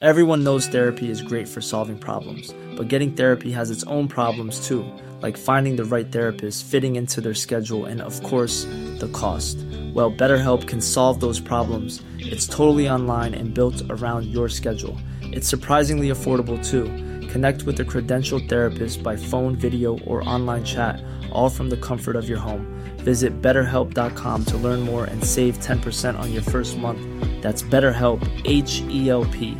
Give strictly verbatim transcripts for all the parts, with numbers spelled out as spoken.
Everyone knows therapy is great for solving problems, but getting therapy has its own problems too, like finding the right therapist, fitting into their schedule, and of course, the cost. Well, BetterHelp can solve those problems. It's totally online and built around your schedule. It's surprisingly affordable too. Connect with a credentialed therapist by phone, video, or online chat, all from the comfort of your home. Visit better help dot com to learn more and save ten percent on your first month. That's BetterHelp, H E L P.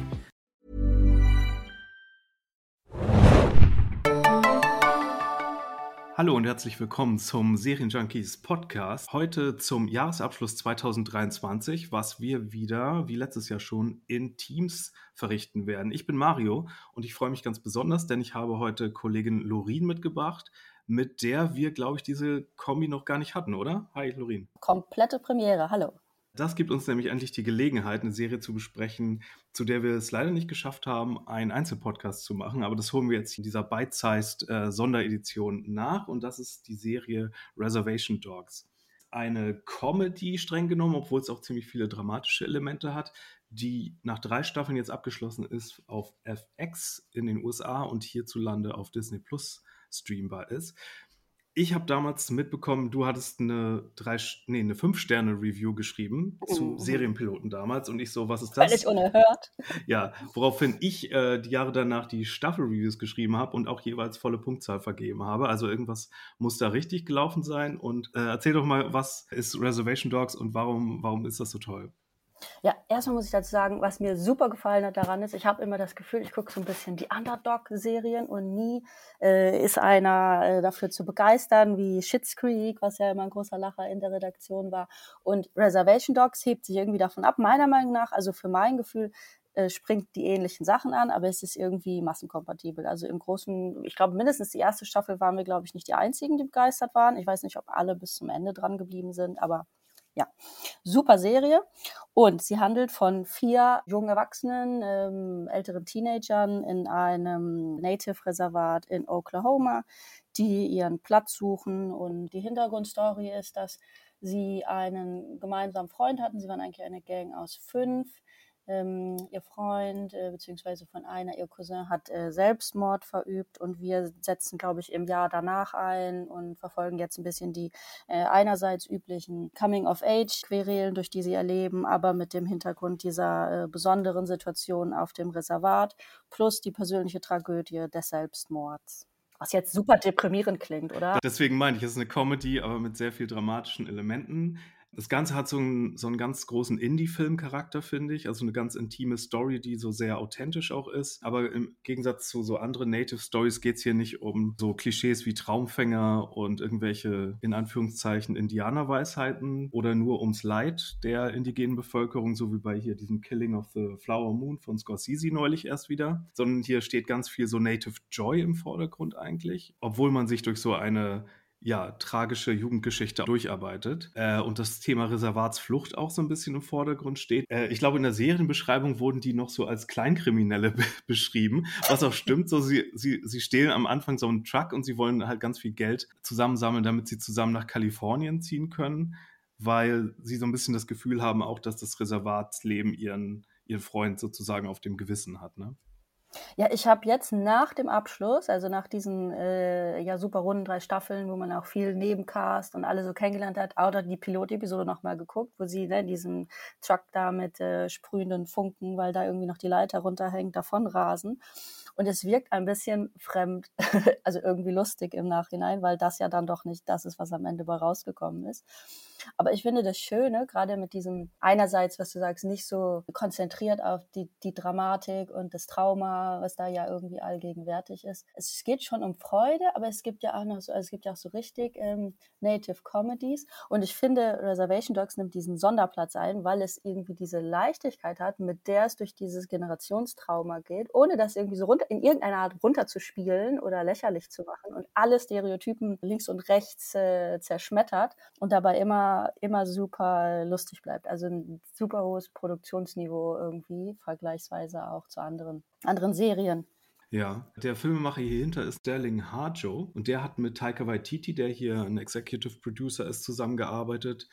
Hallo und herzlich willkommen zum Serienjunkies Podcast. Heute zum Jahresabschluss zwanzig dreiundzwanzig, was wir wieder, wie letztes Jahr schon, in Teams verrichten werden. Ich bin Mario und ich freue mich ganz besonders, denn ich habe heute Kollegin Lorin mitgebracht, mit der wir, glaube ich, diese Kombi noch gar nicht hatten, oder? Hi, Lorin. Komplette Premiere, hallo. Das gibt uns nämlich endlich die Gelegenheit, eine Serie zu besprechen, zu der wir es leider nicht geschafft haben, einen Einzelpodcast zu machen. Aber das holen wir jetzt in dieser Bite-Sized äh, Sonderedition nach. Und das ist die Serie Reservation Dogs. Eine Comedy streng genommen, obwohl es auch ziemlich viele dramatische Elemente hat, die nach drei Staffeln jetzt abgeschlossen ist auf F X in den U S A und hierzulande auf Disney Plus streambar ist. Ich habe damals mitbekommen, du hattest eine drei, nee, eine fünf-Sterne-Review geschrieben zu Mhm. Serienpiloten damals und ich so, was ist das? Völlig unerhört. Ja, woraufhin ich äh, die Jahre danach die Staffel-Reviews geschrieben habe und auch jeweils volle Punktzahl vergeben habe. Also irgendwas muss da richtig gelaufen sein. Und äh, erzähl doch mal, was ist Reservation Dogs und warum, warum ist das so toll? Ja, erstmal muss ich dazu sagen, was mir super gefallen hat daran ist, ich habe immer das Gefühl, ich gucke so ein bisschen die Underdog-Serien und nie äh, ist einer äh, dafür zu begeistern, wie Schitt's Creek, was ja immer ein großer Lacher in der Redaktion war. Und Reservation Dogs hebt sich irgendwie davon ab, meiner Meinung nach, also für mein Gefühl, äh, springt die ähnlichen Sachen an, aber es ist irgendwie massenkompatibel. Also im Großen, ich glaube, mindestens die erste Staffel waren wir, glaube ich, nicht die Einzigen, die begeistert waren. Ich weiß nicht, ob alle bis zum Ende dran geblieben sind, aber ja, super Serie. Und sie handelt von vier jungen Erwachsenen, ähm, älteren Teenagern in einem Native-Reservat in Oklahoma, die ihren Platz suchen. Und die Hintergrundstory ist, dass sie einen gemeinsamen Freund hatten. Sie waren eigentlich eine Gang aus fünf. Ähm, ihr Freund, äh, beziehungsweise von einer, ihr Cousin, hat äh, Selbstmord verübt und wir setzen, glaube ich, im Jahr danach ein und verfolgen jetzt ein bisschen die äh, einerseits üblichen Coming-of-Age-Querelen, durch die sie erleben, aber mit dem Hintergrund dieser äh, besonderen Situation auf dem Reservat, plus die persönliche Tragödie des Selbstmords. Was jetzt super deprimierend klingt, oder? Deswegen meine ich, es ist eine Comedy, aber mit sehr viel dramatischen Elementen. Das Ganze hat so einen, so einen ganz großen Indie-Film-Charakter, finde ich. Also eine ganz intime Story, die so sehr authentisch auch ist. Aber im Gegensatz zu so anderen Native-Stories geht es hier nicht um so Klischees wie Traumfänger und irgendwelche, in Anführungszeichen, Indianerweisheiten oder nur ums Leid der indigenen Bevölkerung, so wie bei hier diesem Killing of the Flower Moon von Scorsese neulich erst wieder. Sondern hier steht ganz viel so Native Joy im Vordergrund eigentlich. Obwohl man sich durch so eine ja, tragische Jugendgeschichte durcharbeitet äh, und das Thema Reservatsflucht auch so ein bisschen im Vordergrund steht. Äh, ich glaube, in der Serienbeschreibung wurden die noch so als Kleinkriminelle be- beschrieben, was auch stimmt. So, sie, sie, sie stehlen am Anfang so einen Truck und sie wollen halt ganz viel Geld zusammensammeln, damit sie zusammen nach Kalifornien ziehen können, weil sie so ein bisschen das Gefühl haben auch, dass das Reservatsleben ihren, ihren Freund sozusagen auf dem Gewissen hat, ne? Ja, ich habe jetzt nach dem Abschluss, also nach diesen äh, ja super runden drei Staffeln, wo man auch viel Nebencast und alle so kennengelernt hat, auch die Pilotepisode nochmal geguckt, wo sie ne, diesen Truck da mit äh, sprühenden Funken, weil da irgendwie noch die Leiter runterhängt, davon rasen. Und es wirkt ein bisschen fremd, also irgendwie lustig im Nachhinein, weil das ja dann doch nicht das ist, was am Ende bei rausgekommen ist. Aber ich finde das Schöne, gerade mit diesem einerseits, was du sagst, nicht so konzentriert auf die, die Dramatik und das Trauma, was da ja irgendwie allgegenwärtig ist. Es geht schon um Freude, aber es gibt ja auch noch so, also es gibt ja auch so richtig ähm, Native Comedies. Und ich finde, Reservation Dogs nimmt diesen Sonderplatz ein, weil es irgendwie diese Leichtigkeit hat, mit der es durch dieses Generationstrauma geht, ohne das irgendwie so runter, in irgendeiner Art runterzuspielen oder lächerlich zu machen und alle Stereotypen links und rechts äh, zerschmettert und dabei immer immer super lustig bleibt. Also ein super hohes Produktionsniveau irgendwie, vergleichsweise auch zu anderen, anderen Serien. Ja, der Filmemacher hier hinter ist Sterling Harjo und der hat mit Taika Waititi, der hier ein Executive Producer ist, zusammengearbeitet.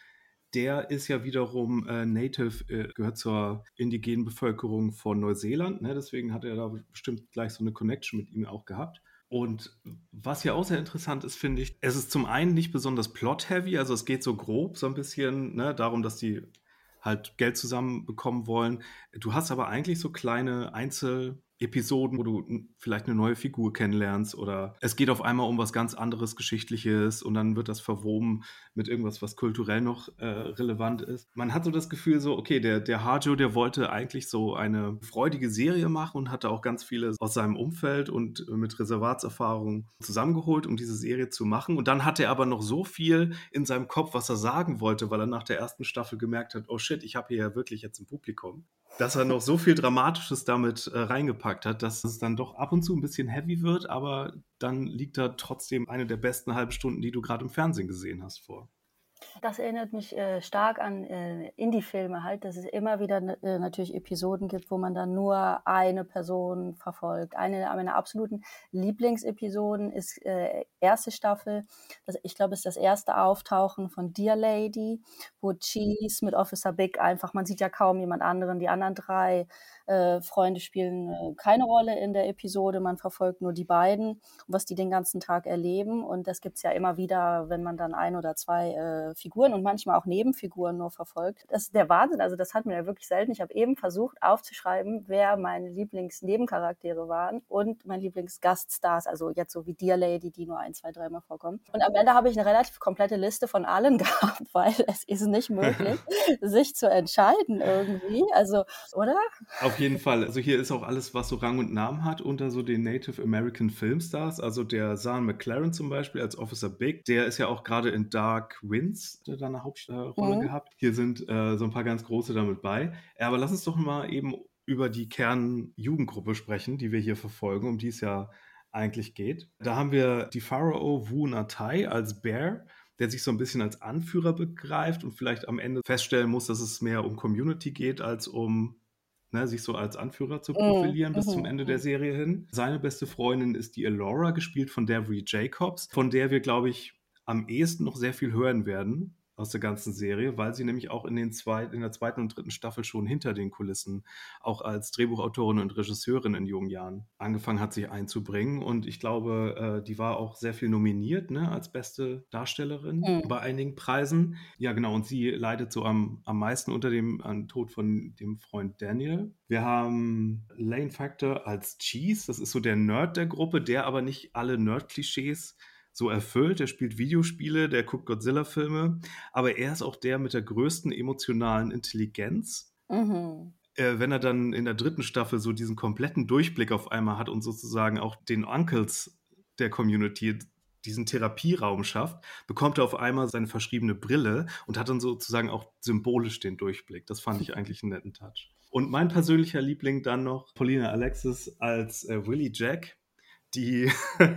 der ist ja wiederum äh, Native, äh, gehört zur indigenen Bevölkerung von Neuseeland, ne? Deswegen hat er da bestimmt gleich so eine Connection mit ihm auch gehabt. Und was ja auch sehr interessant ist, finde ich, es ist zum einen nicht besonders plot-heavy, also es geht so grob so ein bisschen, ne, darum, dass die halt Geld zusammenbekommen wollen. Du hast aber eigentlich so kleine Einzelepisoden, wo du n- vielleicht eine neue Figur kennenlernst oder es geht auf einmal um was ganz anderes Geschichtliches und dann wird das verwoben mit irgendwas, was kulturell noch äh, relevant ist. Man hat so das Gefühl so, okay, der, der Harjo, der wollte eigentlich so eine freudige Serie machen und hatte auch ganz viele aus seinem Umfeld und äh, mit Reservatserfahrung zusammengeholt, um diese Serie zu machen. Und dann hatte er aber noch so viel in seinem Kopf, was er sagen wollte, weil er nach der ersten Staffel gemerkt hat, oh shit, ich habe hier ja wirklich jetzt ein Publikum, dass er noch so viel Dramatisches damit äh, reingepackt hat, dass es dann doch ab und zu ein bisschen heavy wird, aber dann liegt da trotzdem eine der besten halben Stunden, die du gerade im Fernsehen gesehen hast, vor. Das erinnert mich äh, stark an äh, Indie-Filme halt, dass es immer wieder äh, natürlich Episoden gibt, wo man dann nur eine Person verfolgt. Eine meiner absoluten Lieblingsepisoden ist äh, erste Staffel. Das, ich glaube, es ist das erste Auftauchen von Dear Lady, wo Cheese mit Officer Big einfach, man sieht ja kaum jemand anderen, die anderen drei äh, Freunde spielen äh, keine Rolle in der Episode, man verfolgt nur die beiden, was die den ganzen Tag erleben. Und das gibt's ja immer wieder, wenn man dann ein oder zwei äh, Figuren und manchmal auch Nebenfiguren nur verfolgt. Das ist der Wahnsinn, also das hatten wir ja wirklich selten. Ich habe eben versucht aufzuschreiben, wer meine Lieblingsnebencharaktere waren und meine Lieblingsgaststars, also jetzt so wie Dear Lady, die nur ein, zwei, dreimal vorkommen. Und am Ende habe ich eine relativ komplette Liste von allen gehabt, weil es ist nicht möglich, sich zu entscheiden irgendwie. Also, oder? Auf jeden Fall. Also hier ist auch alles, was so Rang und Namen hat, unter so den Native American Filmstars. Also der Sean McLaren zum Beispiel als Officer Big, der ist ja auch gerade in Dark Winds, der da eine Hauptrolle Mhm. gehabt. Hier sind äh, so ein paar ganz große damit bei. Ja, aber lass uns doch mal eben über die Kernjugendgruppe sprechen, die wir hier verfolgen, um die es ja eigentlich geht. Da haben wir die Pharaoh Wu Natai als Bear, der sich so ein bisschen als Anführer begreift und vielleicht am Ende feststellen muss, dass es mehr um Community geht als um ne, sich so als Anführer zu Mhm. profilieren bis zum Mhm. Ende der Serie hin. Seine beste Freundin ist die Elora, gespielt von Davy Jacobs, von der wir, glaube ich, am ehesten noch sehr viel hören werden aus der ganzen Serie, weil sie nämlich auch in, den zwei, in der zweiten und dritten Staffel schon hinter den Kulissen auch als Drehbuchautorin und Regisseurin in jungen Jahren angefangen hat, sich einzubringen. Und ich glaube, äh, die war auch sehr viel nominiert, ne, als beste Darstellerin Mhm. bei einigen Preisen. Ja, genau. Und sie leidet so am, am meisten unter dem an Tod von dem Freund Daniel. Wir haben Lane Factor als Cheese. Das ist so der Nerd der Gruppe, der aber nicht alle Nerd-Klischees so erfüllt. Der spielt Videospiele, der guckt Godzilla-Filme, aber er ist auch der mit der größten emotionalen Intelligenz. Mhm. Äh, wenn er dann in der dritten Staffel so diesen kompletten Durchblick auf einmal hat und sozusagen auch den Uncles der Community diesen Therapieraum schafft, bekommt er auf einmal seine verschriebene Brille und hat dann sozusagen auch symbolisch den Durchblick. Das fand ich eigentlich einen netten Touch. Und mein persönlicher Liebling dann noch Paulina Alexis als äh, Willie Jack, die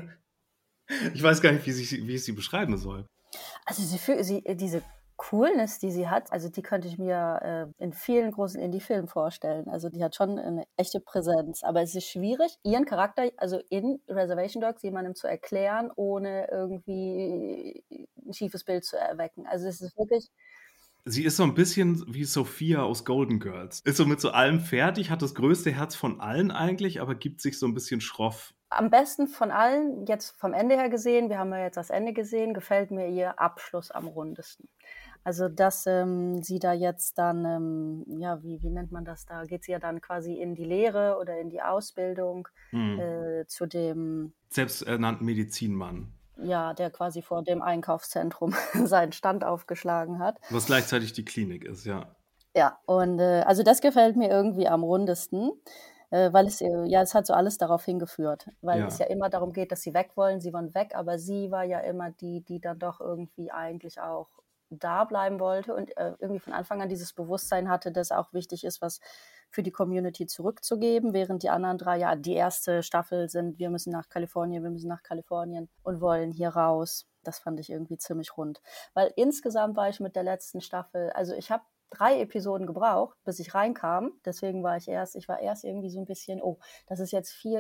ich weiß gar nicht, wie, sich, wie ich sie beschreiben soll. Also sie, fü- sie, diese Coolness, die sie hat, also die könnte ich mir äh, in vielen großen Indie-Filmen vorstellen. Also die hat schon eine echte Präsenz. Aber es ist schwierig, ihren Charakter, also in Reservation Dogs, jemandem zu erklären, ohne irgendwie ein schiefes Bild zu erwecken. Also es ist wirklich... Sie ist so ein bisschen wie Sophia aus Golden Girls. Ist so mit so allem fertig, hat das größte Herz von allen eigentlich, aber gibt sich so ein bisschen schroff. Am besten von allen, jetzt vom Ende her gesehen, wir haben ja jetzt das Ende gesehen, gefällt mir ihr Abschluss am rundesten. Also, dass ähm, sie da jetzt dann, ähm, ja, wie, wie nennt man das da? Geht sie ja dann quasi in die Lehre oder in die Ausbildung Hm. äh, zu dem, Selbsternannten Medizinmann. ja, der quasi vor dem Einkaufszentrum seinen Stand aufgeschlagen hat. Was gleichzeitig die Klinik ist, ja. Ja, und äh, also das gefällt mir irgendwie am rundesten, äh, weil es, äh, ja, es hat so alles darauf hingeführt, weil es Ja. ja immer darum geht, dass sie weg wollen, sie wollen weg, aber sie war ja immer die, die dann doch irgendwie eigentlich auch da bleiben wollte und äh, irgendwie von Anfang an dieses Bewusstsein hatte, dass auch wichtig ist, was für die Community zurückzugeben, während die anderen drei, ja, die erste Staffel sind, wir müssen nach Kalifornien, wir müssen nach Kalifornien und wollen hier raus. Das fand ich irgendwie ziemlich rund. Weil insgesamt war ich mit der letzten Staffel, also ich habe drei Episoden gebraucht, bis ich reinkam. Deswegen war ich erst, ich war erst irgendwie so ein bisschen, oh, das ist jetzt viel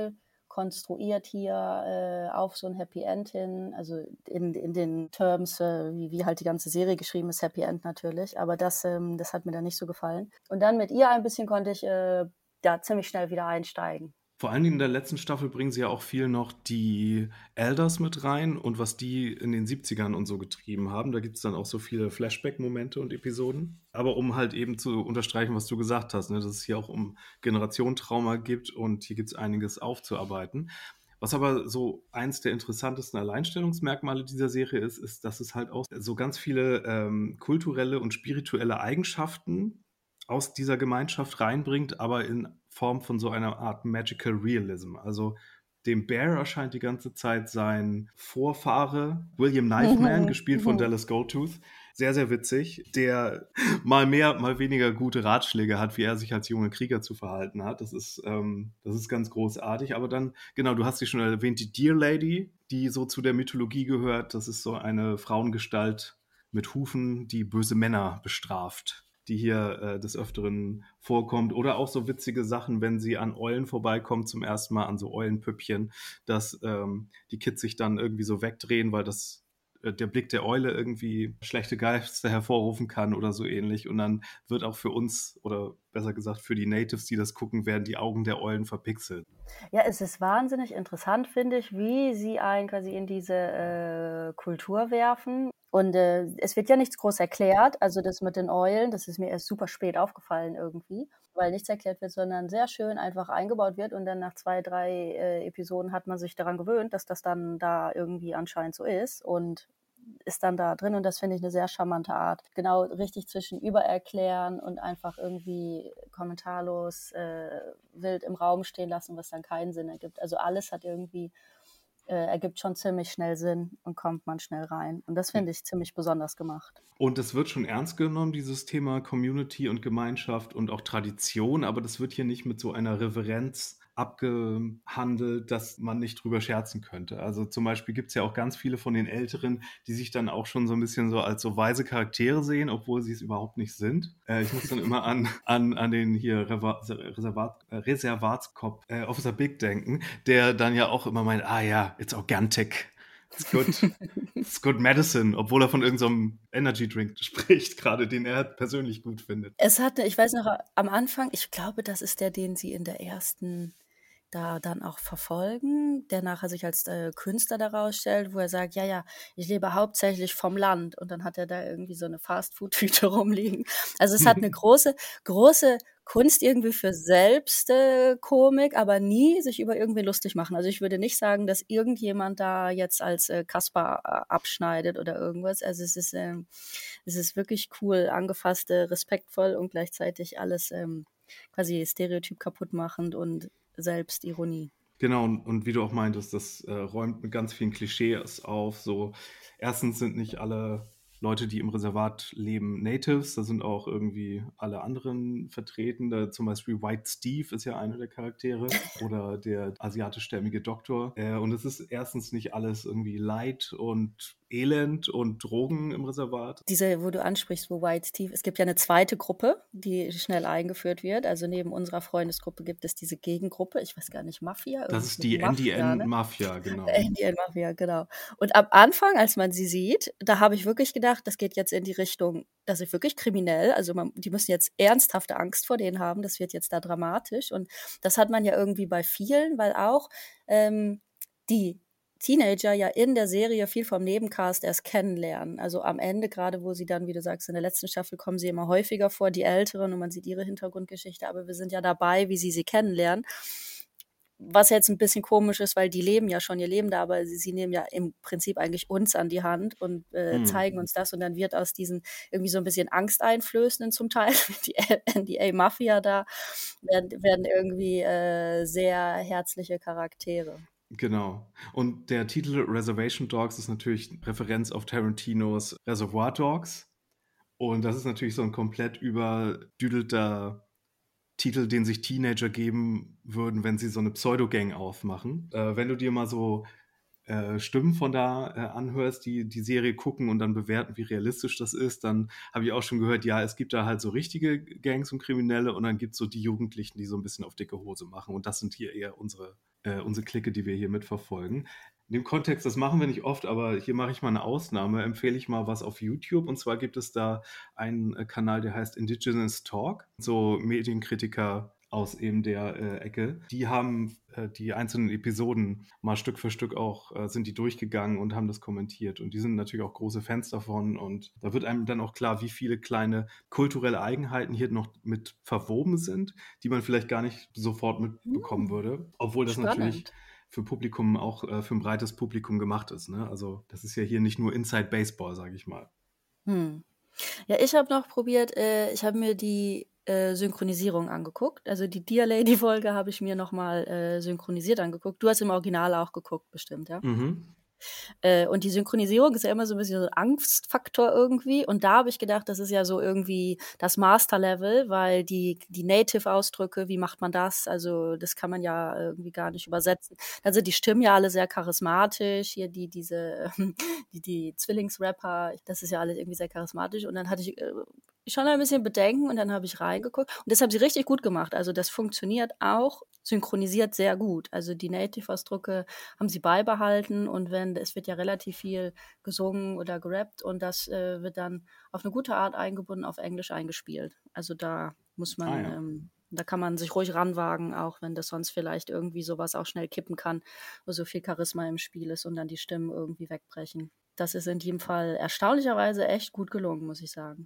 konstruiert hier äh, auf so ein Happy End hin, also in, in den Terms, äh, wie, wie halt die ganze Serie geschrieben ist, Happy End natürlich, aber das, ähm, das hat mir dann nicht so gefallen. Und dann mit ihr ein bisschen konnte ich äh, da ziemlich schnell wieder einsteigen. Vor allen Dingen in der letzten Staffel bringen sie ja auch viel noch die Elders mit rein und was die in den siebzigern und so getrieben haben. Da gibt es dann auch so viele Flashback-Momente und Episoden. Aber um halt eben zu unterstreichen, was du gesagt hast, ne, dass es hier auch um Generationentrauma gibt und hier gibt es einiges aufzuarbeiten. Was aber so eins der interessantesten Alleinstellungsmerkmale dieser Serie ist, ist, dass es halt auch so ganz viele ähm, kulturelle und spirituelle Eigenschaften aus dieser Gemeinschaft reinbringt, aber in Form von so einer Art Magical Realism. Also dem Bear erscheint die ganze Zeit sein Vorfahre, William Knifeman, gespielt von Dallas Goldtooth. Sehr, sehr witzig, der mal mehr, mal weniger gute Ratschläge hat, wie er sich als junger Krieger zu verhalten hat. Das ist, ähm, das ist ganz großartig. Aber dann, genau, du hast sie schon erwähnt, die Deer Lady, die so zu der Mythologie gehört. Das ist so eine Frauengestalt mit Hufen, die böse Männer bestraft, die hier äh, des Öfteren vorkommt. Oder auch so witzige Sachen, wenn sie an Eulen vorbeikommt, zum ersten Mal an so Eulenpüppchen, dass ähm, die Kids sich dann irgendwie so wegdrehen, weil das äh, der Blick der Eule irgendwie schlechte Geister hervorrufen kann oder so ähnlich. Und dann wird auch für uns, oder besser gesagt für die Natives, die das gucken, werden die Augen der Eulen verpixelt. Ja, es ist wahnsinnig interessant, finde ich, wie sie einen quasi in diese äh, Kultur werfen. Und äh, es wird ja nichts groß erklärt. Also das mit den Eulen, das ist mir erst super spät aufgefallen irgendwie, weil nichts erklärt wird, sondern sehr schön einfach eingebaut wird. Und dann nach zwei, drei äh, Episoden hat man sich daran gewöhnt, dass das dann da irgendwie anscheinend so ist und ist dann da drin. Und das finde ich eine sehr charmante Art. Genau richtig zwischen Übererklären und einfach irgendwie kommentarlos äh, wild im Raum stehen lassen, was dann keinen Sinn ergibt. Also alles hat irgendwie äh, ergibt schon ziemlich schnell Sinn und kommt man schnell rein. Und das finde ich ziemlich besonders gemacht. Und es wird schon ernst genommen, dieses Thema Community und Gemeinschaft und auch Tradition, aber das wird hier nicht mit so einer Reverenz abgehandelt, dass man nicht drüber scherzen könnte. Also zum Beispiel gibt es ja auch ganz viele von den Älteren, die sich dann auch schon so ein bisschen so als so weise Charaktere sehen, obwohl sie es überhaupt nicht sind. Äh, ich muss dann immer an, an, an den hier Reservat, Reservat, Reservatskopf äh, Officer Big denken, der dann ja auch immer meint, ah ja, it's organic. It's good, it's good medicine, obwohl er von irgendeinem so Energy Drink spricht, gerade den er persönlich gut findet. Es hatte, ich weiß noch, am Anfang, ich glaube, das ist der, den sie in der ersten da dann auch verfolgen, der nachher sich als äh, Künstler daraus stellt, wo er sagt, ja, ja, ich lebe hauptsächlich vom Land. Und dann hat er da irgendwie so eine Fastfood-Tüte rumliegen. Also es hat eine große, große Kunst irgendwie für Selbstkomik, äh, aber nie sich über irgendwie lustig machen. Also ich würde nicht sagen, dass irgendjemand da jetzt als äh, Kaspar äh, abschneidet oder irgendwas. Also es ist, ähm, es ist wirklich cool, angefasst, äh, respektvoll und gleichzeitig alles ähm, quasi stereotyp kaputt machend und Selbstironie. Genau, und, und wie du auch meintest, das äh, räumt mit ganz vielen Klischees auf. So, erstens sind nicht alle Leute, die im Reservat leben, Natives. Da sind auch irgendwie alle anderen vertreten. Da zum Beispiel White Steve ist ja einer der Charaktere oder der asiatischstämmige Doktor. Äh, und es ist erstens nicht alles irgendwie Leid und Elend und Drogen im Reservat. Diese, wo du ansprichst, wo White Steve, es gibt ja eine zweite Gruppe, die schnell eingeführt wird. Also neben unserer Freundesgruppe gibt es diese Gegengruppe, ich weiß gar nicht, Mafia? Das ist die N D N-Mafia, ne? Genau. N D N-Mafia, genau. Und am Anfang, als man sie sieht, da habe ich wirklich gedacht, das geht jetzt in die Richtung, das ist wirklich kriminell. Also man, die müssen jetzt ernsthafte Angst vor denen haben, das wird jetzt da dramatisch. Und das hat man ja irgendwie bei vielen, weil auch ähm, die Teenager ja in der Serie viel vom Nebencast erst kennenlernen. Also am Ende, gerade wo sie dann, wie du sagst, in der letzten Staffel kommen sie immer häufiger vor, die Älteren, und man sieht ihre Hintergrundgeschichte, aber wir sind ja dabei, wie sie sie kennenlernen. Was jetzt ein bisschen komisch ist, weil die leben ja schon ihr Leben da, aber sie, sie nehmen ja im Prinzip eigentlich uns an die Hand und äh, hm. zeigen uns das, und dann wird aus diesen irgendwie so ein bisschen angsteinflößenden zum Teil, die N D A-Mafia da, werden, werden irgendwie äh, sehr herzliche Charaktere. Genau. Und der Titel Reservation Dogs ist natürlich Referenz auf Tarantinos Reservoir Dogs. Und das ist natürlich so ein komplett überdüdelter Titel, den sich Teenager geben würden, wenn sie so eine Pseudogang aufmachen. Äh, wenn du dir mal so äh, Stimmen von da äh, anhörst, die die Serie gucken und dann bewerten, wie realistisch das ist, dann habe ich auch schon gehört, ja, es gibt da halt so richtige Gangs und Kriminelle und dann gibt es so die Jugendlichen, die so ein bisschen auf dicke Hose machen, und das sind hier eher unsere äh, unsere Clique, die wir hier mitverfolgen. In dem Kontext, das machen wir nicht oft, aber hier mache ich mal eine Ausnahme, empfehle ich mal was auf YouTube. Und zwar gibt es da einen äh, Kanal, der heißt Indigenous Talk. So Medienkritiker aus eben der äh, Ecke. Die haben äh, die einzelnen Episoden mal Stück für Stück auch, äh, sind die durchgegangen und haben das kommentiert. Und die sind natürlich auch große Fans davon. Und da wird einem dann auch klar, wie viele kleine kulturelle Eigenheiten hier noch mit verwoben sind, die man vielleicht gar nicht sofort mitbekommen Hm, würde. Obwohl das natürlich spannend. für Publikum auch äh, für ein breites Publikum gemacht ist. Ne? Also das ist ja hier nicht nur Inside Baseball, sage ich mal. Hm. Ja, ich habe noch probiert, äh, ich habe mir die äh, Synchronisierung angeguckt. Also die Dear Lady-Folge habe ich mir nochmal äh, synchronisiert angeguckt. Du hast im Original auch geguckt, bestimmt, ja? Mhm. Äh, und die Synchronisierung ist ja immer so ein bisschen so ein Angstfaktor irgendwie. Und da habe ich gedacht, das ist ja so irgendwie das Master-Level, weil die, die Native-Ausdrücke, wie macht man das? Also das kann man ja irgendwie gar nicht übersetzen. Dann sind die Stimmen ja alle sehr charismatisch. Hier die, diese, die, die Zwillingsrapper, das ist ja alles irgendwie sehr charismatisch. Und dann hatte ich äh, schon ein bisschen Bedenken und dann habe ich reingeguckt. Und das haben sie richtig gut gemacht. Also das funktioniert auch synchronisiert sehr gut. Also die Native-Ausdrücke haben sie beibehalten und wenn es wird ja relativ viel gesungen oder gerappt und das äh, wird dann auf eine gute Art eingebunden auf Englisch eingespielt. Also da muss Ah man, ja. ähm, da kann man sich ruhig ranwagen, auch wenn das sonst vielleicht irgendwie sowas auch schnell kippen kann, wo so viel Charisma im Spiel ist und dann die Stimmen irgendwie wegbrechen. Das ist in jedem Fall erstaunlicherweise echt gut gelungen, muss ich sagen.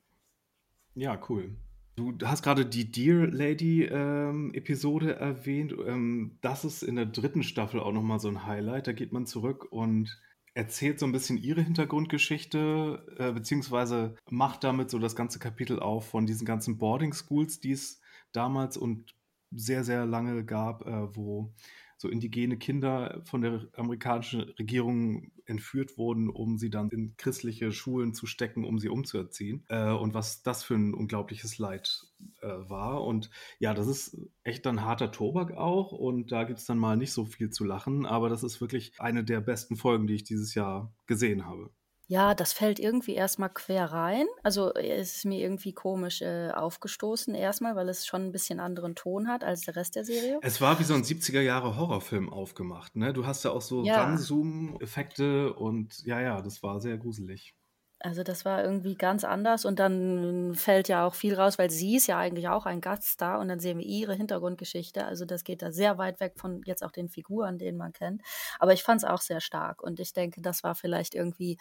Ja, cool. Du hast gerade die Dear Lady ähm, Episode erwähnt. Ähm, das ist in der dritten Staffel auch nochmal so ein Highlight. Da geht man zurück und erzählt so ein bisschen ihre Hintergrundgeschichte, äh, beziehungsweise macht damit so das ganze Kapitel auf von diesen ganzen Boarding Schools, die es damals und sehr, sehr lange gab, äh, wo so indigene Kinder von der amerikanischen Regierung entführt wurden, um sie dann in christliche Schulen zu stecken, um sie umzuerziehen. Äh, und was das für ein unglaubliches Leid äh, war. Und ja, das ist echt dann harter Tobak auch. Und da gibt es dann mal nicht so viel zu lachen. Aber das ist wirklich eine der besten Folgen, die ich dieses Jahr gesehen habe. Ja, das fällt irgendwie erstmal quer rein. Also äh, es ist mir irgendwie komisch äh, aufgestoßen erstmal, weil es schon ein bisschen anderen Ton hat als der Rest der Serie. Es war wie so ein siebziger Jahre Horrorfilm aufgemacht, ne? Du hast ja auch so Ja, Ranzoom-Effekte und ja, ja, das war sehr gruselig. also das war irgendwie ganz anders und dann fällt ja auch viel raus, weil sie ist ja eigentlich auch ein Gaststar und dann sehen wir ihre Hintergrundgeschichte. Also das geht da sehr weit weg von jetzt auch den Figuren, den man kennt. Aber ich fand es auch sehr stark und ich denke, das war vielleicht irgendwie,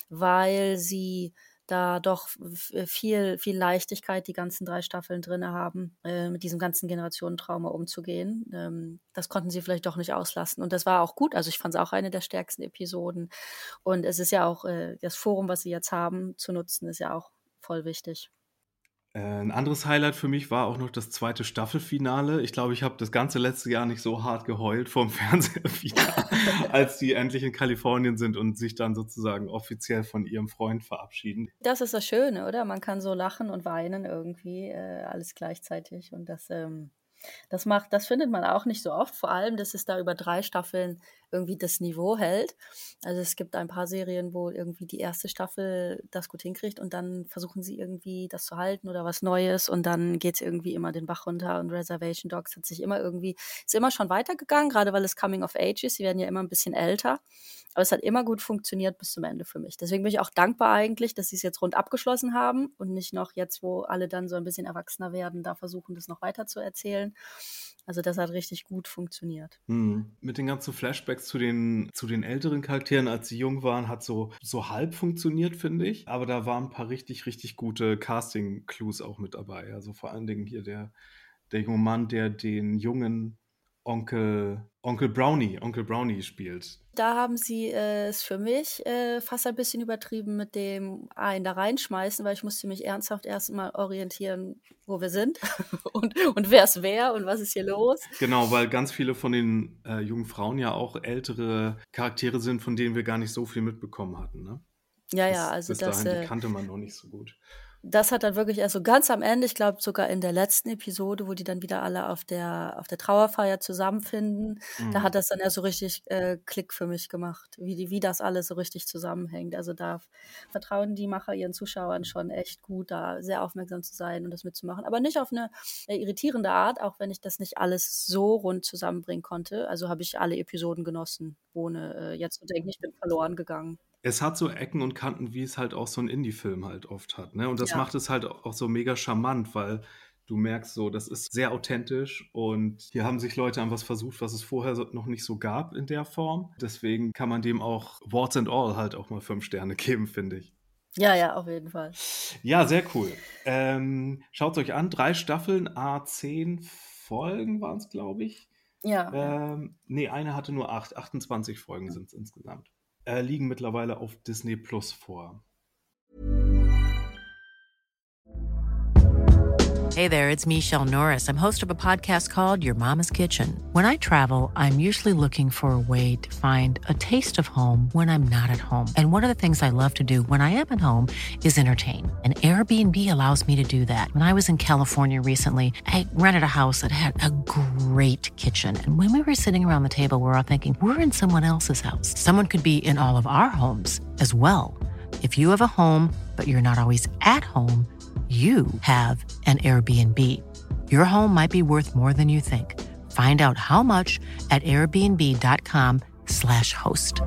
weil sie da doch f- viel, viel Leichtigkeit die ganzen drei Staffeln drin haben, äh, mit diesem ganzen Generationentrauma umzugehen. Ähm, das konnten sie vielleicht doch nicht auslassen. Und das war auch gut. Also ich fand es auch eine der stärksten Episoden. Und es ist ja auch, äh, das Forum, was sie jetzt haben, zu nutzen, ist ja auch voll wichtig. Äh, ein anderes Highlight für mich war auch noch das zweite Staffelfinale. Ich glaube, ich habe das ganze letzte Jahr nicht so hart geheult vorm Fernseher wieder, als die endlich in Kalifornien sind und sich dann sozusagen offiziell von ihrem Freund verabschieden. Das ist das Schöne, oder? Man kann so lachen und weinen irgendwie, äh, alles gleichzeitig. Und das, ähm, das macht, das findet man auch nicht so oft. Vor allem, dass es da über drei Staffeln irgendwie das Niveau hält. Also es gibt ein paar Serien, wo irgendwie die erste Staffel das gut hinkriegt und dann versuchen sie irgendwie das zu halten oder was Neues und dann geht es irgendwie immer den Bach runter und Reservation Dogs hat sich immer irgendwie, ist immer schon weitergegangen, gerade weil es Coming of Age ist. Sie werden ja immer ein bisschen älter. Aber es hat immer gut funktioniert bis zum Ende für mich. Deswegen bin ich auch dankbar eigentlich, dass sie es jetzt rund abgeschlossen haben und nicht noch jetzt, wo alle dann so ein bisschen erwachsener werden, da versuchen, das noch weiter zu erzählen. Also das hat richtig gut funktioniert. Hm. Mit den ganzen Flashbacks zu den, zu den älteren Charakteren, als sie jung waren, hat so, so halb funktioniert, finde ich. Aber da waren ein paar richtig, richtig gute Casting-Clues auch mit dabei. Also vor allen Dingen hier der, der junge Mann, der den jungen Onkel, Onkel Brownie, Onkel Brownie spielt. Da haben sie äh, es für mich äh, fast ein bisschen übertrieben mit dem einen da reinschmeißen, weil ich musste mich ernsthaft erstmal orientieren, wo wir sind und, und wer ist wer und was ist hier los. Genau, weil ganz viele von den äh, jungen Frauen ja auch ältere Charaktere sind, von denen wir gar nicht so viel mitbekommen hatten. Ne? Ja, ja, Bis, also bis das, dahin, die äh, kannte man noch nicht so gut. das hat dann wirklich erst so ganz am Ende, ich glaube sogar in der letzten Episode, wo die dann wieder alle auf der auf der Trauerfeier zusammenfinden, mhm. da hat das dann erst so richtig äh, Klick für mich gemacht, wie, die, wie das alles so richtig zusammenhängt. Also da vertrauen die Macher ihren Zuschauern schon echt gut, da sehr aufmerksam zu sein und das mitzumachen. Aber nicht auf eine äh, irritierende Art, auch wenn ich das nicht alles so rund zusammenbringen konnte. Also habe ich alle Episoden genossen, ohne äh, jetzt zu denken, ich bin verloren gegangen. Es hat so Ecken und Kanten, wie es halt auch so ein Indie-Film halt oft hat, ne? Und das Ja. macht es halt auch so mega charmant, weil du merkst so, das ist sehr authentisch und hier haben sich Leute an was versucht, was es vorher so, noch nicht so gab in der Form. Deswegen kann man dem auch Warts and All halt auch mal fünf Sterne geben, finde ich. Ja, ja, auf jeden Fall. Ja, sehr cool. Ähm, Schaut es euch an, drei Staffeln, a zehn Folgen waren es, glaube ich. Ja. Ähm, nee, eine hatte nur acht, achtundzwanzig Folgen sind es insgesamt. Äh, liegen mittlerweile auf Disney Plus vor. Hey there, it's Michelle Norris. I'm host of a podcast called Your Mama's Kitchen. When I travel, I'm usually looking for a way to find a taste of home when I'm not at home. And one of the things I love to do when I am at home is entertain. And Airbnb allows me to do that. When I was in California recently, I rented a house that had a great kitchen. And when we were sitting around the table, we were all thinking, we're in someone else's house. Someone could be in all of our homes as well. If you have a home, but you're not always at home, you have an Airbnb. Your home might be worth more than you think. Find out how much at airbnb.com slash host.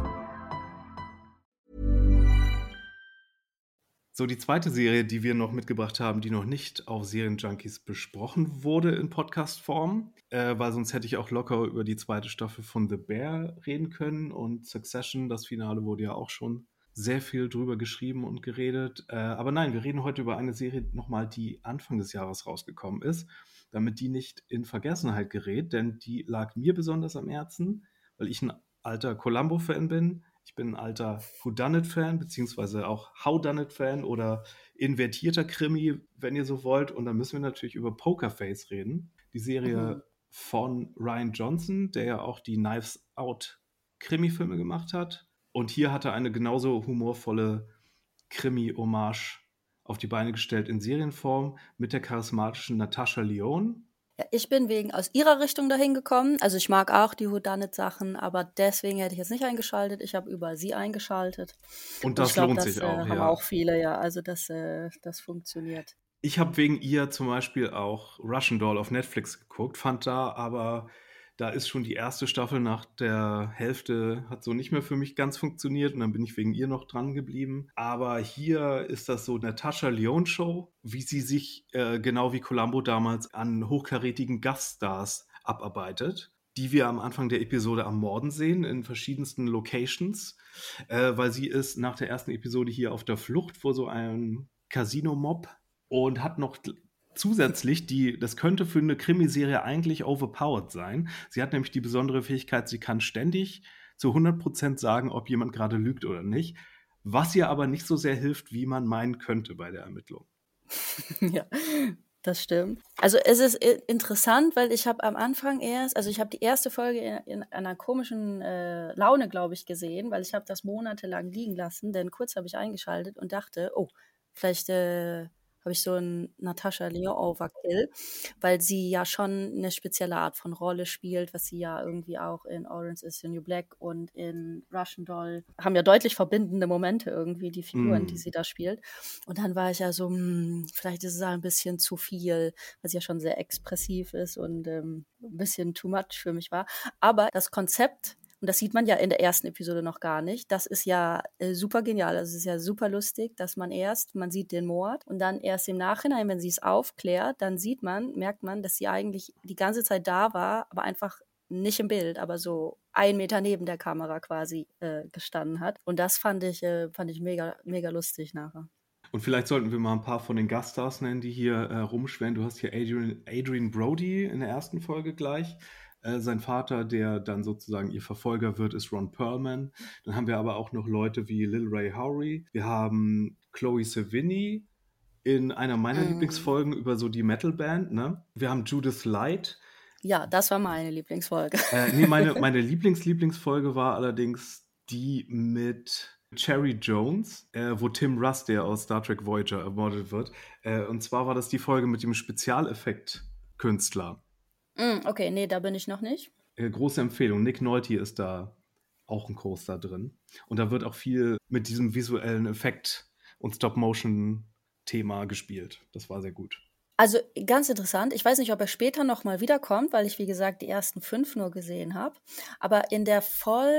So, die zweite Serie, die wir noch mitgebracht haben, die noch nicht auf Serienjunkies besprochen wurde in Podcast-Form, äh, weil sonst hätte ich auch locker über die zweite Staffel von The Bear reden können und Succession, das Finale wurde ja auch schon sehr viel drüber geschrieben und geredet. Äh, aber nein, wir reden heute über eine Serie nochmal, die Anfang des Jahres rausgekommen ist, damit die nicht in Vergessenheit gerät, denn die lag mir besonders am Herzen, weil ich ein alter Columbo-Fan bin. Ich bin ein alter Whodunit-Fan, beziehungsweise auch Howdunit-Fan oder invertierter Krimi, wenn ihr so wollt. Und dann müssen wir natürlich über Pokerface reden. Die Serie mhm. von Rian Johnson, der ja auch die Knives Out Krimi-Filme gemacht hat. Und hier hat er eine genauso humorvolle Krimi-Hommage auf die Beine gestellt in Serienform mit der charismatischen Natascha Lyonne. Ja, ich bin wegen aus ihrer Richtung dahin gekommen. Also ich mag auch die Whodunit-Sachen, aber deswegen hätte ich jetzt nicht eingeschaltet. Ich habe über sie eingeschaltet. Und das ich glaub, lohnt das, sich äh, auch, haben ja. auch viele, ja. Also das, äh, das funktioniert. Ich habe wegen ihr zum Beispiel auch Russian Doll auf Netflix geguckt, fand da aber... Da ist schon die erste Staffel nach der Hälfte, hat so nicht mehr für mich ganz funktioniert und dann bin ich wegen ihr noch dran geblieben. Aber hier ist das so Natascha Lyonne Show, wie sie sich äh, genau wie Columbo damals an hochkarätigen Gaststars abarbeitet, die wir am Anfang der Episode am Morden sehen in verschiedensten Locations, äh, weil sie ist nach der ersten Episode hier auf der Flucht vor so einem Casino-Mob und hat noch... Zusätzlich, die, das könnte für eine Krimiserie eigentlich overpowered sein. Sie hat nämlich die besondere Fähigkeit, sie kann ständig zu hundert Prozent sagen, ob jemand gerade lügt oder nicht, was ihr aber nicht so sehr hilft, wie man meinen könnte bei der Ermittlung. Ja, das stimmt. Also es ist interessant, weil ich habe am Anfang erst, also ich habe die erste Folge in, in einer komischen äh, Laune, glaube ich, gesehen, weil ich habe das monatelang liegen lassen, denn kurz habe ich eingeschaltet und dachte, oh, vielleicht... Äh, habe ich so einen Natascha Lyonne Overkill, weil sie ja schon eine spezielle Art von Rolle spielt, was sie ja irgendwie auch in Orange is the New Black und in Russian Doll haben ja deutlich verbindende Momente irgendwie, die Figuren, mm. die sie da spielt. Und dann war ich ja so, hm, vielleicht ist es ein bisschen zu viel, weil sie ja schon sehr expressiv ist und ähm, ein bisschen too much für mich war. Aber das Konzept, und das sieht man ja in der ersten Episode noch gar nicht. Das ist ja äh, super genial. Also es ist ja super lustig, dass man erst, man sieht den Mord und dann erst im Nachhinein, wenn sie es aufklärt, dann sieht man, merkt man, dass sie eigentlich die ganze Zeit da war, aber einfach nicht im Bild, aber so ein Meter neben der Kamera quasi äh, gestanden hat. Und das fand ich, äh, fand ich mega, mega lustig nachher. Und vielleicht sollten wir mal ein paar von den Gaststars nennen, die hier äh, rumschwärmen. Du hast hier Adrian, Adrian Brody in der ersten Folge gleich. Äh, sein Vater, der dann sozusagen ihr Verfolger wird, ist Ron Perlman. Dann haben wir aber auch noch Leute wie Lil Ray Howery. Wir haben Chloe Sevigny in einer meiner mm. Lieblingsfolgen über so die Metalband. Ne? Wir haben Judith Light. Ja, das war meine Lieblingsfolge. Äh, nee, meine, meine Lieblings-Lieblingsfolge war allerdings die mit Cherry Jones, äh, wo Tim Russ, der aus Star Trek Voyager, ermordet wird. Äh, und zwar war das die Folge mit dem Spezialeffekt-Künstler. Mm, okay, nee, da bin ich noch nicht. Äh, große Empfehlung. Nick Nolte ist da auch ein Großer drin. Und da wird auch viel mit diesem visuellen Effekt und Stop-Motion-Thema gespielt. Das war sehr gut. Also ganz interessant. Ich weiß nicht, ob er später noch mal wiederkommt, weil ich, wie gesagt, die ersten fünf nur gesehen habe. Aber in der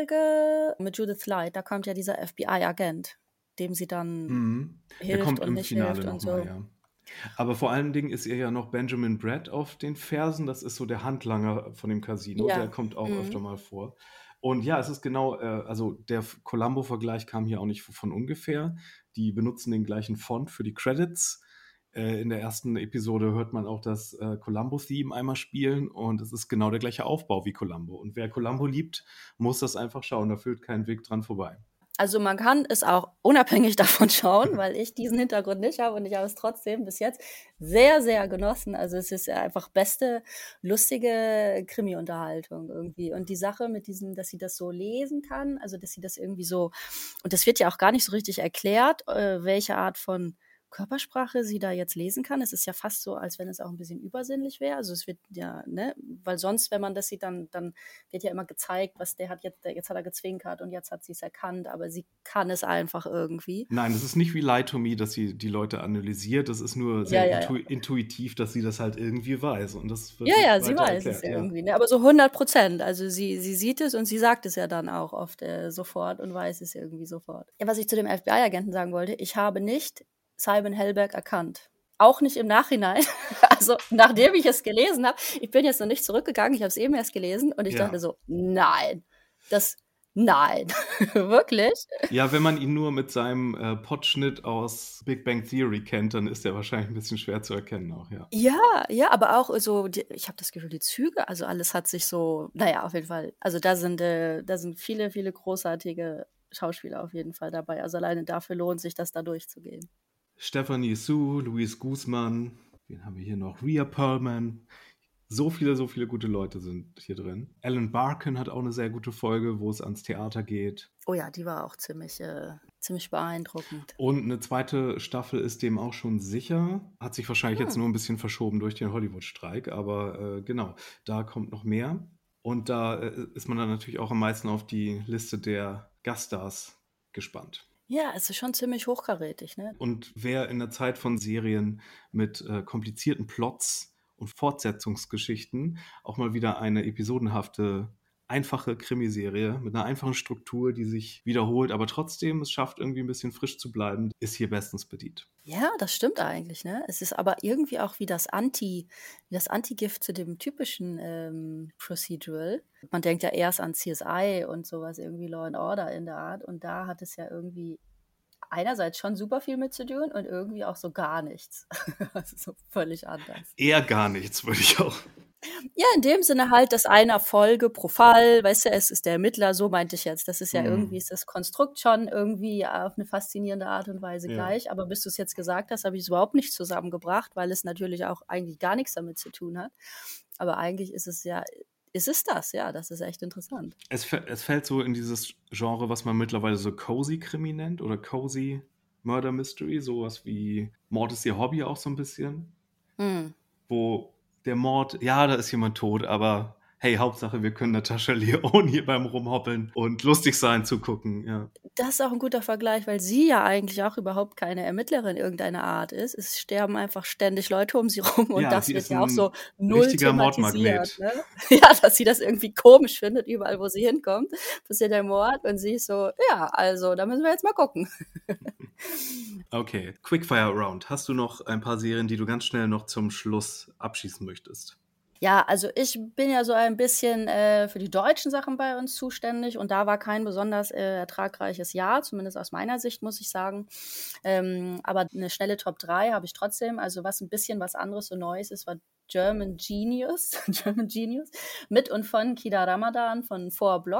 Folge mit Judith Light, da kommt ja dieser F B I-Agent, dem sie dann Mhm. Der hilft kommt und im nicht Finale hilft und nochmal, so. ja. Aber vor allen Dingen ist ihr ja noch Benjamin Bratt auf den Fersen. Das ist so der Handlanger von dem Casino. Ja. Der kommt auch Mhm. öfter mal vor. Und ja, es ist genau, äh, also der Columbo-Vergleich kam hier auch nicht von ungefähr. Die benutzen den gleichen Font für die Credits. Äh, in der ersten Episode hört man auch das äh, Columbo-Theme einmal spielen und es ist genau der gleiche Aufbau wie Columbo. Und wer Columbo liebt, muss das einfach schauen. Da führt kein Weg dran vorbei. Also man kann es auch unabhängig davon schauen, weil ich diesen Hintergrund nicht habe und ich habe es trotzdem bis jetzt sehr, sehr genossen. Also es ist einfach beste, lustige Krimi-Unterhaltung irgendwie. Und die Sache mit diesem, dass sie das so lesen kann, also dass sie das irgendwie so, und das wird ja auch gar nicht so richtig erklärt, äh, welche Art von Körpersprache sie da jetzt lesen kann. Es ist ja fast so, als wenn es auch ein bisschen übersinnlich wäre. Also es wird ja, ne, weil sonst, wenn man das sieht, dann, dann wird ja immer gezeigt, was der hat jetzt, jetzt hat er gezwinkert und jetzt hat sie es erkannt, aber sie kann es einfach irgendwie. Nein, es ist nicht wie Lie to Me, dass sie die Leute analysiert. Das ist nur sehr Ja, ja, intu- intuitiv, dass sie das halt irgendwie weiß. Und das wird Ja, nicht ja, sie weiter weiß es erklärt, ja ja. irgendwie, ne? Aber so hundert Prozent. Also sie, sie sieht es und sie sagt es ja dann auch oft äh, sofort und weiß es irgendwie sofort. Ja, was ich zu dem F B I-Agenten sagen wollte, ich habe nicht Simon Helberg erkannt. Auch nicht im Nachhinein. Also nachdem ich es gelesen habe, ich bin jetzt noch nicht zurückgegangen, ich habe es eben erst gelesen und ich Ja. dachte so, nein, das, nein, wirklich? Ja, wenn man ihn nur mit seinem äh, Potschnitt aus Big Bang Theory kennt, dann ist er wahrscheinlich ein bisschen schwer zu erkennen auch, ja. Ja, ja, aber auch so, die, ich habe das Gefühl, die Züge, also alles hat sich so, naja, auf jeden Fall, also da sind, äh, da sind viele, viele großartige Schauspieler auf jeden Fall dabei. Also alleine dafür lohnt sich das, da durchzugehen. Stephanie Sue, Luis Guzman, wen haben wir hier noch? Rhea Perlman. So viele, so viele gute Leute sind hier drin. Alan Barkin hat auch eine sehr gute Folge, wo es ans Theater geht. Oh ja, die war auch ziemlich, äh, ziemlich beeindruckend. Und eine zweite Staffel ist dem auch schon sicher. Hat sich wahrscheinlich Hm. jetzt nur ein bisschen verschoben durch den Hollywood-Streik, aber äh, genau, da kommt noch mehr. Und da äh, ist man dann natürlich auch am meisten auf die Liste der Gaststars gespannt. Ja, es ist schon ziemlich hochkarätig, ne? Und wer in der Zeit von Serien mit äh, komplizierten Plots und Fortsetzungsgeschichten auch mal wieder eine episodenhafte, einfache Krimiserie mit einer einfachen Struktur, die sich wiederholt, aber trotzdem es schafft, irgendwie ein bisschen frisch zu bleiben, ist hier bestens bedient. Ja, das stimmt eigentlich, ne? Es ist aber irgendwie auch wie das Anti, wie das Antigift zu dem typischen ähm, Procedural. Man denkt ja erst an C S I und sowas, irgendwie Law and Order in der Art. Und da hat es ja irgendwie einerseits schon super viel mit zu tun und irgendwie auch so gar nichts. Also so völlig anders. Eher gar nichts, würde ich auch. Ja, in dem Sinne halt, dass einer Folge pro Fall, weißt du, es ist der Ermittler, so meinte ich jetzt. Das ist ja Mhm. irgendwie, ist das Konstrukt schon irgendwie auf eine faszinierende Art und Weise Ja. gleich. Aber bis du es jetzt gesagt hast, habe ich es überhaupt nicht zusammengebracht, weil es natürlich auch eigentlich gar nichts damit zu tun hat. Aber eigentlich ist es ja, ist es das, ja, das ist echt interessant. Es, fä- es fällt so in dieses Genre, was man mittlerweile so Cozy Krimi nennt oder Cozy Murder Mystery, sowas wie Mord ist ihr Hobby auch so ein bisschen, Hm. wo der Mord, ja, da ist jemand tot, aber hey, Hauptsache, wir können Natascha Lyonne hier beim Rumhoppeln und lustig sein zugucken, ja. Das ist auch ein guter Vergleich, weil sie ja eigentlich auch überhaupt keine Ermittlerin irgendeiner Art ist. Es sterben einfach ständig Leute um sie rum und Ja, das sie wird ist ja auch ein so null richtiger thematisiert. Mordmagnet. Ne? Ja, dass sie das irgendwie komisch findet, überall wo sie hinkommt, passiert der Mord und sie ist so, ja, also da müssen wir jetzt mal gucken. Okay, Quickfire Round. Hast du noch ein paar Serien, die du ganz schnell noch zum Schluss abschießen möchtest? Ja, also ich bin ja so ein bisschen äh, für die deutschen Sachen bei uns zuständig und da war kein besonders äh, ertragreiches Jahr, zumindest aus meiner Sicht, muss ich sagen. Ähm, aber eine schnelle Top drei habe ich trotzdem. Also was ein bisschen was anderes und Neues ist, war German Genius, German Genius mit und von Kida Ramadan von Four Blocks.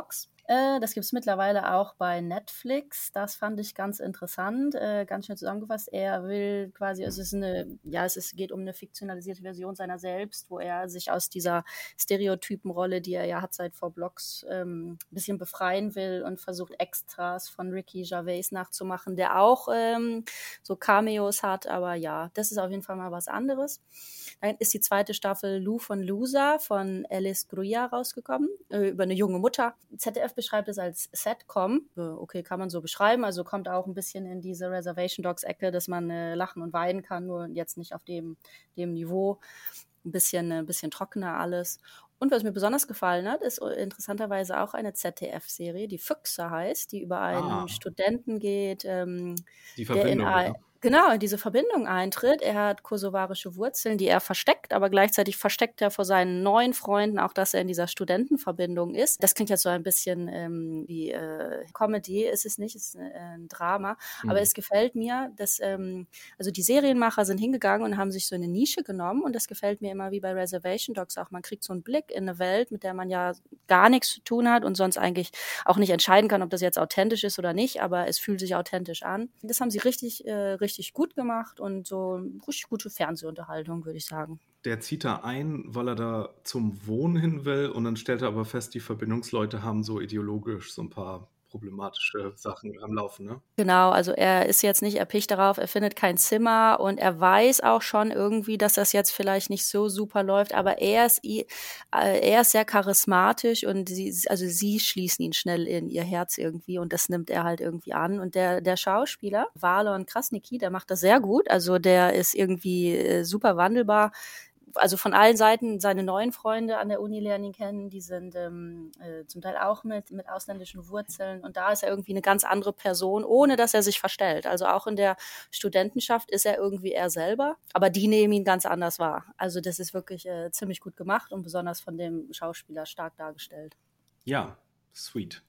Äh, das gibt es mittlerweile auch bei Netflix. Das fand ich ganz interessant, äh, ganz schnell zusammengefasst. Er will quasi, es ist eine, ja, es ist, geht um eine fiktionalisierte Version seiner selbst, wo er sich aus dieser Stereotypenrolle, die er ja hat seit vor Blocks, ähm, ein bisschen befreien will und versucht Extras von Ricky Gervais nachzumachen, der auch ähm, so Cameos hat, aber ja, das ist auf jeden Fall mal was anderes. Dann ist die zweite Staffel Lou von Loser von Alice Gruya rausgekommen, äh, über eine junge Mutter. Z D F beschreibt es als Setcom. Okay, kann man so beschreiben. Also kommt auch ein bisschen in diese Reservation Dogs-Ecke, dass man äh, lachen und weinen kann, nur jetzt nicht auf dem, dem Niveau. Ein bisschen, ein bisschen trockener alles. Und was mir besonders gefallen hat, ist interessanterweise auch eine Z D F-Serie, die Füchse heißt, die über einen Ah. Studenten geht, ähm, Die der in Verbindung, ein, ja. genau in diese Verbindung eintritt. Er hat kosovarische Wurzeln, die er versteckt, aber gleichzeitig versteckt er vor seinen neuen Freunden auch, dass er in dieser Studentenverbindung ist. Das klingt jetzt so ein bisschen ähm, wie äh, Comedy, ist es nicht, ist ein, ein Drama, Mhm. aber es gefällt mir, dass ähm, also die Serienmacher sind hingegangen und haben sich so eine Nische genommen und das gefällt mir immer wie bei Reservation Dogs auch. Man kriegt so einen Blick in eine Welt, mit der man ja gar nichts zu tun hat und sonst eigentlich auch nicht entscheiden kann, ob das jetzt authentisch ist oder nicht, aber es fühlt sich authentisch an. Das haben sie richtig, äh, richtig gut gemacht und so richtig gute Fernsehunterhaltung, würde ich sagen. Der zieht da ein, weil er da zum Wohnen hin will und dann stellt er aber fest, die Verbindungsleute haben so ideologisch so ein paar problematische Sachen am Laufen, ne? Genau, also er ist jetzt nicht erpicht darauf, er findet kein Zimmer und er weiß auch schon irgendwie, dass das jetzt vielleicht nicht so super läuft, aber er ist, i- äh, er ist sehr charismatisch und sie, also sie schließen ihn schnell in ihr Herz irgendwie und das nimmt er halt irgendwie an. Und der, der Schauspieler, Valon Krasniqi, der macht das sehr gut, also der ist irgendwie äh, super wandelbar. Also von allen Seiten seine neuen Freunde an der Uni lernen ihn kennen, die sind ähm, äh, zum Teil auch mit, mit ausländischen Wurzeln und da ist er irgendwie eine ganz andere Person, ohne dass er sich verstellt. Also auch in der Studentenschaft ist er irgendwie er selber, aber die nehmen ihn ganz anders wahr. Also das ist wirklich äh, ziemlich gut gemacht und besonders von dem Schauspieler stark dargestellt. Ja, sweet.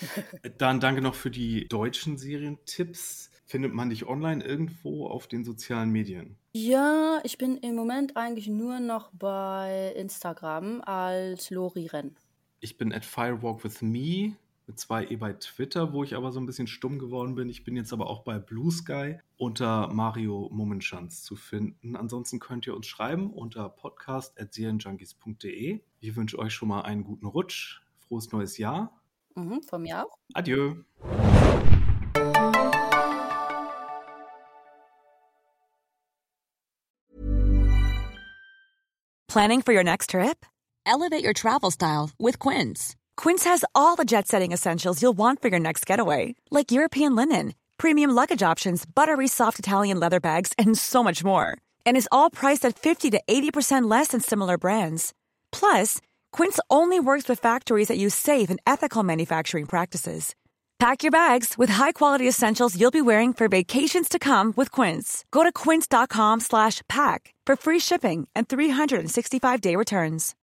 Dann danke noch für die deutschen Serientipps. Findet man dich online irgendwo auf den sozialen Medien? Ja, ich bin im Moment eigentlich nur noch bei Instagram als Lori Renn. Ich bin at firewalkwithme mit zwei E bei Twitter, wo ich aber so ein bisschen stumm geworden bin. Ich bin jetzt aber auch bei Blue Sky unter Mario Mummenschanz zu finden. Ansonsten könnt ihr uns schreiben unter podcast at serienjunkies punkt de. Ich wünsche euch schon mal einen guten Rutsch. Frohes neues Jahr. Mhm, von mir auch. Adieu. Planning for your next trip? Elevate your travel style with Quince. Quince has all the jet-setting essentials you'll want for your next getaway, like European linen, premium luggage options, buttery soft Italian leather bags, and so much more. And is all priced at fifty to eighty percent less than similar brands. Plus, Quince only works with factories that use safe and ethical manufacturing practices. Pack your bags with high-quality essentials you'll be wearing for vacations to come with Quince. Go to quince.com slash pack for free shipping and three sixty-five day returns.